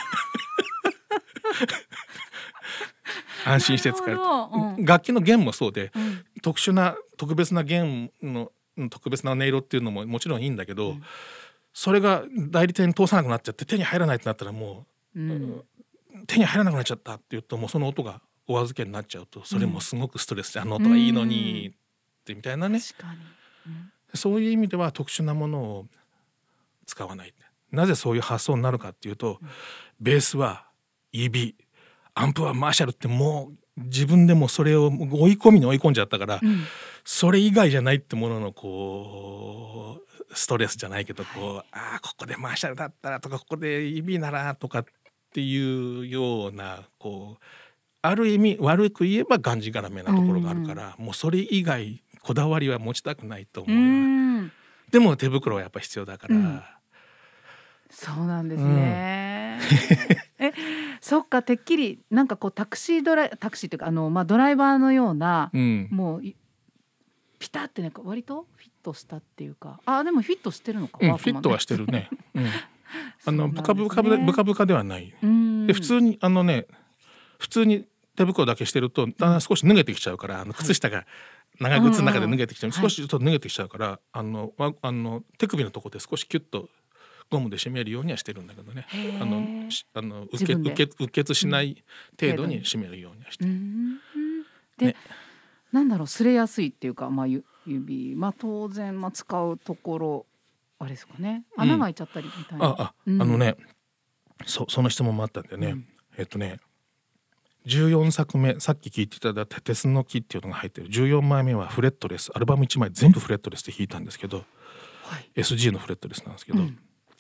安心して使える、うん、楽器の弦もそうで、うん、特殊な特別な弦の特別な音色っていうのももちろんいいんだけど、うん、それが代理店に通さなくなっちゃって手に入らないってなったらもう、うん、手に入らなくなっちゃったって言うともうその音がお預けになっちゃうとそれもすごくストレスで、うん、あの音がいいのにってみたいなね、 確かに、うん、 そういう意味では特殊なものを使わない。なぜそういう発想になるかっていうと、うん、ベースは指、アンプはマーシャルってもう自分でもそれを追い込みに追い込んじゃったから、うん、それ以外じゃないってもののこうストレスじゃないけどこう、はい、ああここでマーシャルだったらとかここで指ならとかっていうようなこうある意味悪く言えばがんじがらめなところがあるから、うん、もうそれ以外こだわりは持ちたくないと思う、うん、でも手袋はやっぱ必要だから、うん、 そうなんですね、うん、えそっかてっきりなんかこうタクシードライタクシーというかあの、まあ、ドライバーのような、うん、もうピタってなんか割とフィットしたっていうか、あでもフィットしてるのか、 うん、フィットはしてるね、うん、あのブカブカでブカブカではない、うん、で普通にあのね普通に手袋だけしてるとだんだん少し脱げてきちゃうから、うん、あの靴下が長靴の中で脱げてきちゃう、うんうん、少しちょっと脱げてきちゃうから、はい、あのあの手首のところで少しキュッとゴムで締めるようにはしてるんだけどね、あのあの受け受け受血しない程度に締めるようにはしてる、うん、 で、ね、なんだろう擦れやすいっていうか、まあ、指、まあ、当然、まあ、使うところあれですかね、穴が開いちゃったりみたいな、 うん、ああ、うん、あのね そ, その質問もあったんだよね、うん、えっとねじゅうよんさくめさっき聞いていただいたテスの木っていうのが入ってるじゅうよんまいめはフレットレス、アルバムいちまい全部フレットレスで弾いたんですけど、はい、エスジー のフレットレスなんですけど、うん、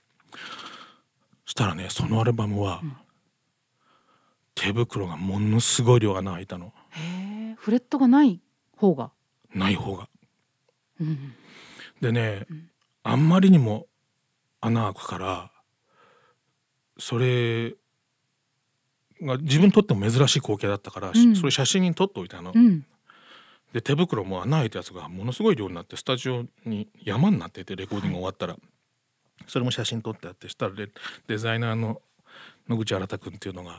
したらねそのアルバムは、うん、手袋がものすごい量穴開いたの。 へー、フレットがない方がない方が、 うん、 でね、うん、あんまりにも穴開くからそれが自分にとっても珍しい光景だったから、うん、それ写真に撮っておいたの、うん、で手袋も穴開いたやつがものすごい量になってスタジオに山になっててレコーディング終わったら、はい、それも写真撮ってあってしたら デ, デザイナーの野口新君っていうのが、はい、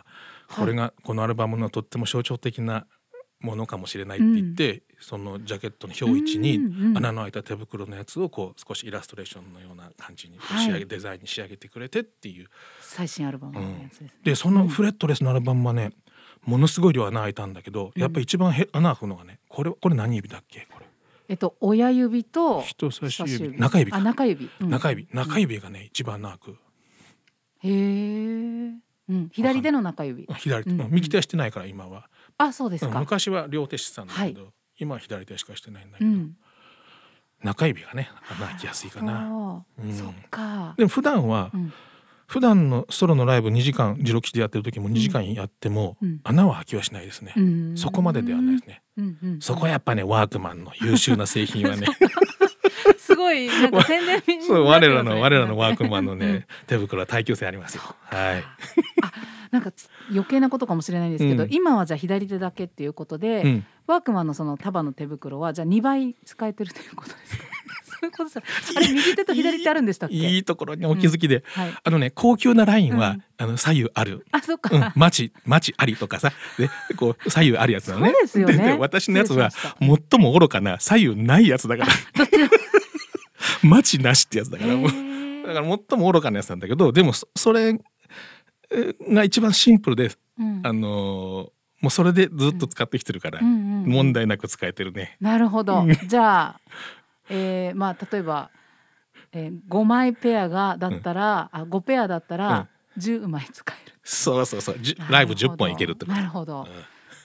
これがこのアルバムのとっても象徴的なものかもしれないって言って、うん、そのジャケットの表一に穴の開いた手袋のやつをこう少しイラストレーションのような感じに仕上げ、はい、デザインに仕上げてくれてっていう最新アルバムのやつですね、 うん、でそのフレットレスのアルバムはねものすごい量穴開いたんだけど、うん、やっぱり一番へ穴開くのがねこれこれ何指だっけこれえっと親指と人差し指中指かあ中指、うん、 中指中指がね、うん、一番穴開く。 へー、うん、左手の中指左手、うん、右手はしてないから今は。 あ、そうですか、 うん、昔は両手してたんだけど、はい、今は左手しかしてないんだけど、うん、中指がね穴開きやすいかな、 うん、そっか。 でも普段は、うん、普段のソロのライブにじかんジロ吉でやってる時もにじかんやっても、うん、穴は開きはしないですね、うん、そこまでではないですね、うんうん、そこはやっぱねワークマンの優秀な製品はねすごいなんか宣伝にそう我らの我らのワークマンのね手袋は耐久性ありますよ。はい。 あ、なんか余計なことかもしれないんですけど、うん、今はじゃあ左手だけっていうことで、うん、ワークマンのその束の手袋はじゃあにばい使えてるということですか？そういうことじゃあれ右手と左手あるんでしたっけ？ いいところにお気づきで、うん、はい、あのね高級なラインは、うん、あの左右ある、 あ、そっか、 うん、マチマチありとかさでこう左右あるやつなのね。 そうですよね。 でで私のやつは最も愚かな左右ないやつだからマチなしってやつだからもうだから最も愚かなやつなんだけど、でも そ, それが一番シンプルで、うん、あのもうそれでずっと使ってきてるから、うんうんうん、問題なく使えてるね。 なるほど。じゃあ、えー、まあ例えば、えー、ごまいペアがだったら、うん、あごペアだったらじゅうまい使える。 そうそうそうライブじゅっぽんいけるってこと。 なるほど、うん、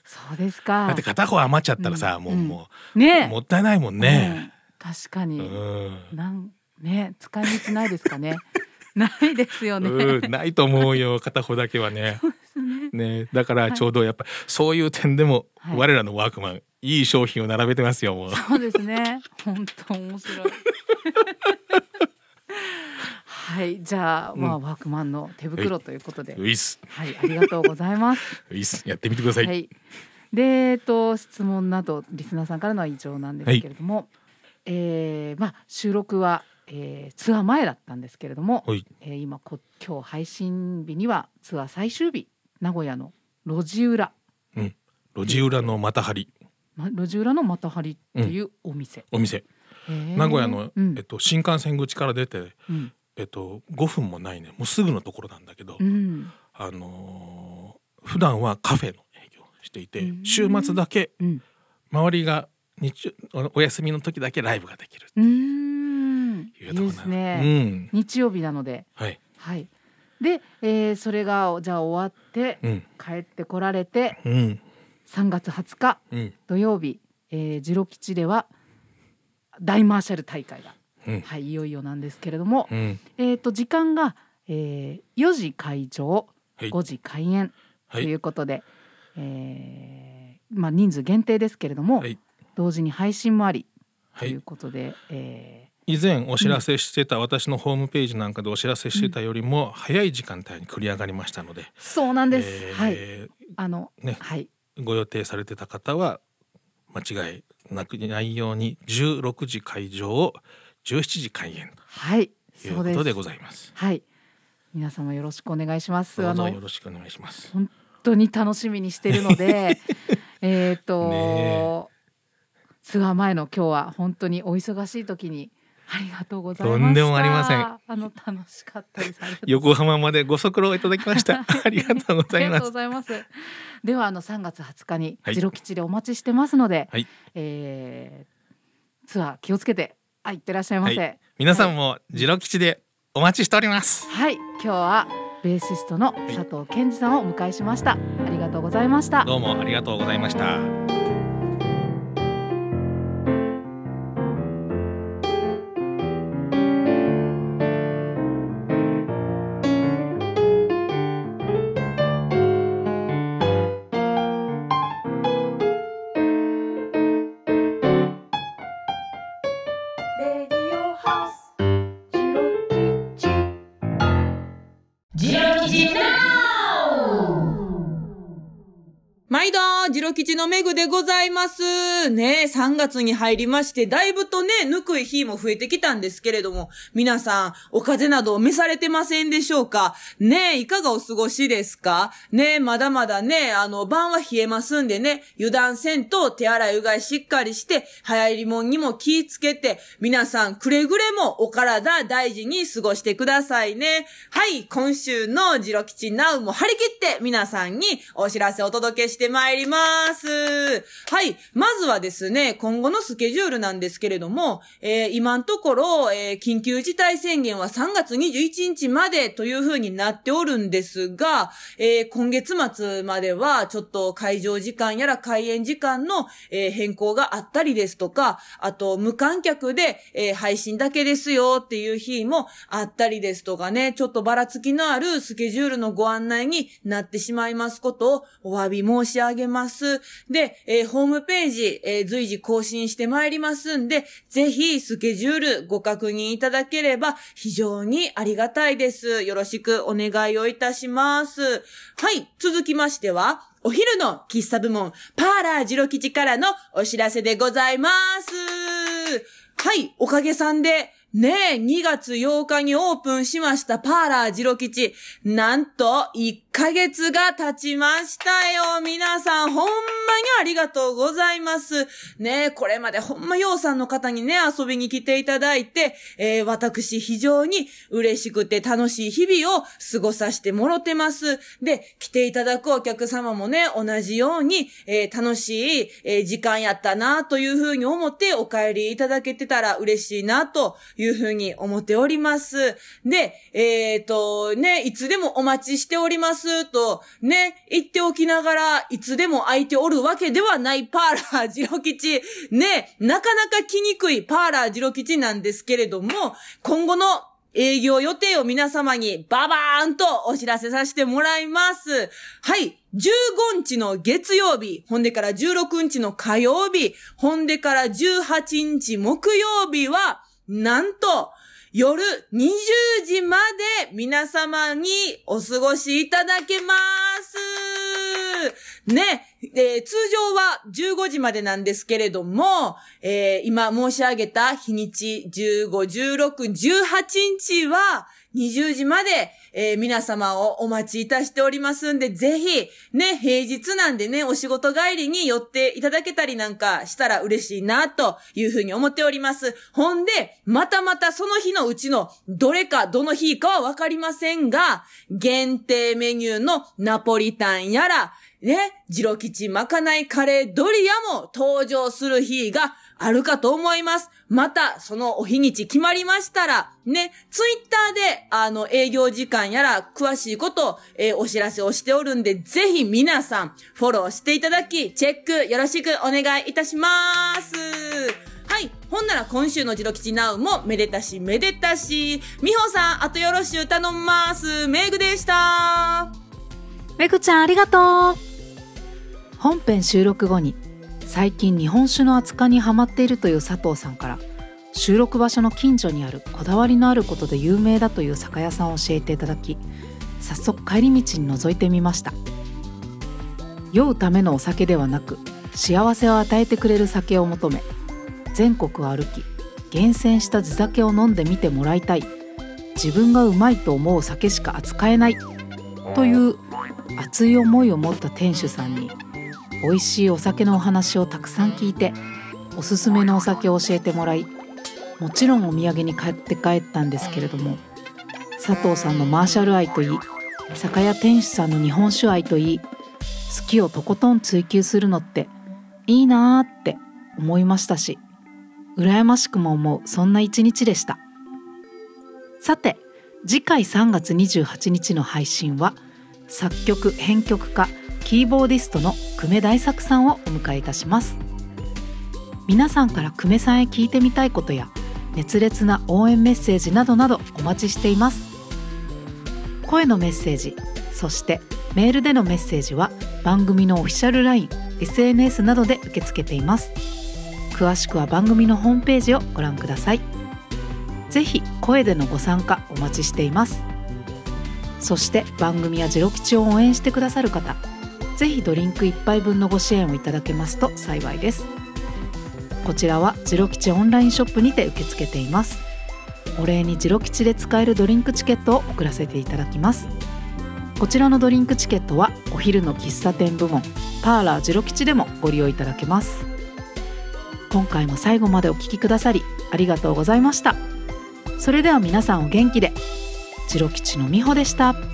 そうですか。 だって片方余っちゃったらさ、 うんもう、もう、 ねもったいないもんね。 うん、確かに。 うんなんね、使い道ないですかね。ないですよね。 うん、ないと思うよ、片方だけはね。 そうですね。 ね、だからちょうどやっぱ、そういう点でも、 はい我らのワークマンいい商品を並べてますよ、もう。 そうですね。本当面白い。はい、じゃあ、 うんまあワークマンの手袋ということで、 ウィスはい、ありがとうございます。 ウィスやってみてください。 はい。で、えっと質問などリスナーさんからのは以上なんですけれども、えーまあ収録は、えーツアー前だったんですけれども、 はいえー今こ今日配信日にはツアー最終日、名古屋の路地裏、 うん、路地裏の股張りま路地裏のまたはりっていうお店。 お店、 へー名古屋の、 うんえっと、新幹線口から出て、 うんえっと、ごふんもないね、もうすぐのところなんだけど、 うんあのー普段はカフェの営業をしていて、 うん週末だけうん周りが日おお休みの時だけライブができるうーんいいいうところなですね、 うん、 日曜日なので、 はい、 はい。で、えーそれがじゃあ終わってうん帰ってこられて、 うんさんがつはつかうん土曜日、えー、ジロ吉では大マーシャル大会が、 うんはい、いよいよなんですけれども、 うんえー、と時間が、えー、よじ開場、 はいごじ開演とはいいうことで、えーまあ、人数限定ですけれども、 はい同時に配信もありとはいいうことで、え以前お知らせしてた、私のホームページなんかでお知らせしてたよりも早い時間帯に繰り上がりましたので、 ーそうなんです、 えーはいあの、 ねはいご予定されてた方は間違いなくないようにじゅうろくじ開場じゅうしちじ開演はいというそうですことでございます。 はい皆様よろしくお願いします。 どうぞあのよろしくお願いします。 本当に楽しみにしているのでえっと、 ねツアー前の今日は本当にお忙しい時にありがとうございました。 とんでもありません。 あの楽しかったです。ありがとう横浜までご足労いただきましたありがとうございありがとうごます。 ざいます。ではあのさんがつはつかにはいジロ吉でお待ちしてますので、 はいえーツアー気をつけてあいってらっしゃいませ。 はい皆さんもジロ吉でお待ちしております。 はい、今日はベーシストの佐藤健二さんをお迎えしました。ありがとうございました。 どうもありがとうございました。 レディオハウスジロ吉ジロ吉ナウ毎度、ジロ吉のメグでございます。ねえ、さんがつに入りまして、だいぶとね、ぬくい日も増えてきたんですけれども、皆さん、お風邪など召されてませんでしょうか？ねえ、いかがお過ごしですか？ねえ、まだまだね、あの、晩は冷えますんでね、油断せんと手洗いうがいしっかりして、流行りもんにも気ぃつけて、皆さん、くれぐれもお体大事に過ごしてくださいね。はい、今週のジロ吉ナウも張り切って皆さんにお知らせをお届けしてまいります。はい。まずはですね、今後のスケジュールなんですけれども、えー、今のところ、えー、緊急事態宣言はさんがつにじゅういちにちまでという風になっておるんですが、えー、今月末まではちょっと会場時間やら開演時間の、えー、変更があったりですとか、あと無観客で、えー、配信だけですよっていう日もあったりですとかね、ちょっとばらつきのあるスケジュールのご案内になってしまいますことをお詫び申し上げます。で、えー、ホームページ、えー、随時更新してまいりますんで、ぜひスケジュールご確認いただければ非常にありがたいです。よろしくお願いをいたします。はい、続きましては、お昼の喫茶部門、パーラージロ吉からのお知らせでございます。はい、おかげさんで、ねえ、にがつようかにオープンしましたパーラージロ吉。なんと、いっかげつが経ちましたよ。皆さん、ほんまにありがとうございます。ねえ、これまでほんまようさんの方にね、遊びに来ていただいて、えー、私非常に嬉しくて楽しい日々を過ごさせてもろてます。で、来ていただくお客様もね、同じように、えー、楽しい、えー、時間やったな、というふうに思ってお帰りいただけてたら嬉しいな、というふうに思っております。で、えっと、ね、いつでもお待ちしております。 ますとね、言っておきながらいつでも空いておるわけではないパーラージロ吉ね、なかなか来にくいパーラージロ吉なんですけれども、今後の営業予定を皆様にババーンとお知らせさせてもらいます。はい。じゅうごにちの月曜日、ほんでからじゅうろくにちの火曜日、ほんでからじゅうはちにち木曜日は、なんと、夜にじゅうじまで皆様にお過ごしいただけます。ね、えー、通常はじゅうごじまでなんですけれども、えー、今申し上げた日にちじゅうご、じゅうろく、じゅうはちにちはにじゅうじまで、えー、皆様をお待ちいたしておりますんで、ぜひ、ね、平日なんでね、お仕事帰りに寄っていただけたりなんかしたら嬉しいな、というふうに思っております。ほんで、またまたその日のうちのどれかどの日かはわかりませんが、限定メニューのナポリタンやら、ね、ジロ吉まかないカレードリアも登場する日があるかと思います。また、そのお日にち決まりましたら、ね、ツイッターで、あの、営業時間やら、詳しいことを、えー、お知らせをしておるんで、ぜひ皆さん、フォローしていただき、チェックよろしくお願いいたします。はい。ほんなら今週のジロ吉ナウもめでたしめでたし。みほさん、あとよろしゅう頼んます。めぐでした。 めぐちゃんありがとう。本編収録後に最近日本酒の扱いにハマっているという佐藤さんから、収録場所の近所にあるこだわりのあることで有名だという酒屋さんを教えていただき、早速帰り道に覗いてみました。酔うためのお酒ではなく、幸せを与えてくれる酒を求め、全国を歩き厳選した地酒を飲んでみてもらいたい、自分がうまいと思う酒しか扱えないという熱い思いを持った店主さんに、美味しいお酒のお話をたくさん聞いて、おすすめのお酒を教えてもらい、もちろんお土産に買って帰ったんですけれども、佐藤さんのマーシャル愛といい、酒屋店主さんの日本酒愛といい、好きをとことん追求するのっていいなーって思いましたし、羨ましくも思う、そんな一日でした。さて、次回さんがつにじゅうはちにちの配信は、作曲編曲家キーボーディストの久米大作さんをお迎えいたします。皆さんから久米さんへ聞いてみたいことや熱烈な応援メッセージなどなどお待ちしています。声のメッセージ、そしてメールでのメッセージは番組のオフィシャル ライン、エスエヌエス などで受け付けています。詳しくは番組のホームページをご覧ください。ぜひ声でのご参加お待ちしています。そして番組やジロ吉を応援してくださる方、ぜひドリンクいっぱいぶんのご支援をいただけますと幸いです。こちらはジロ吉オンラインショップにて受け付けています。お礼にジロ吉で使えるドリンクチケットを送らせていただきます。こちらのドリンクチケットはお昼の喫茶店部門パーラージロ吉でもご利用いただけます。今回も最後までお聞きくださりありがとうございました。それでは皆さんお元気で。ジロ吉のみほでした。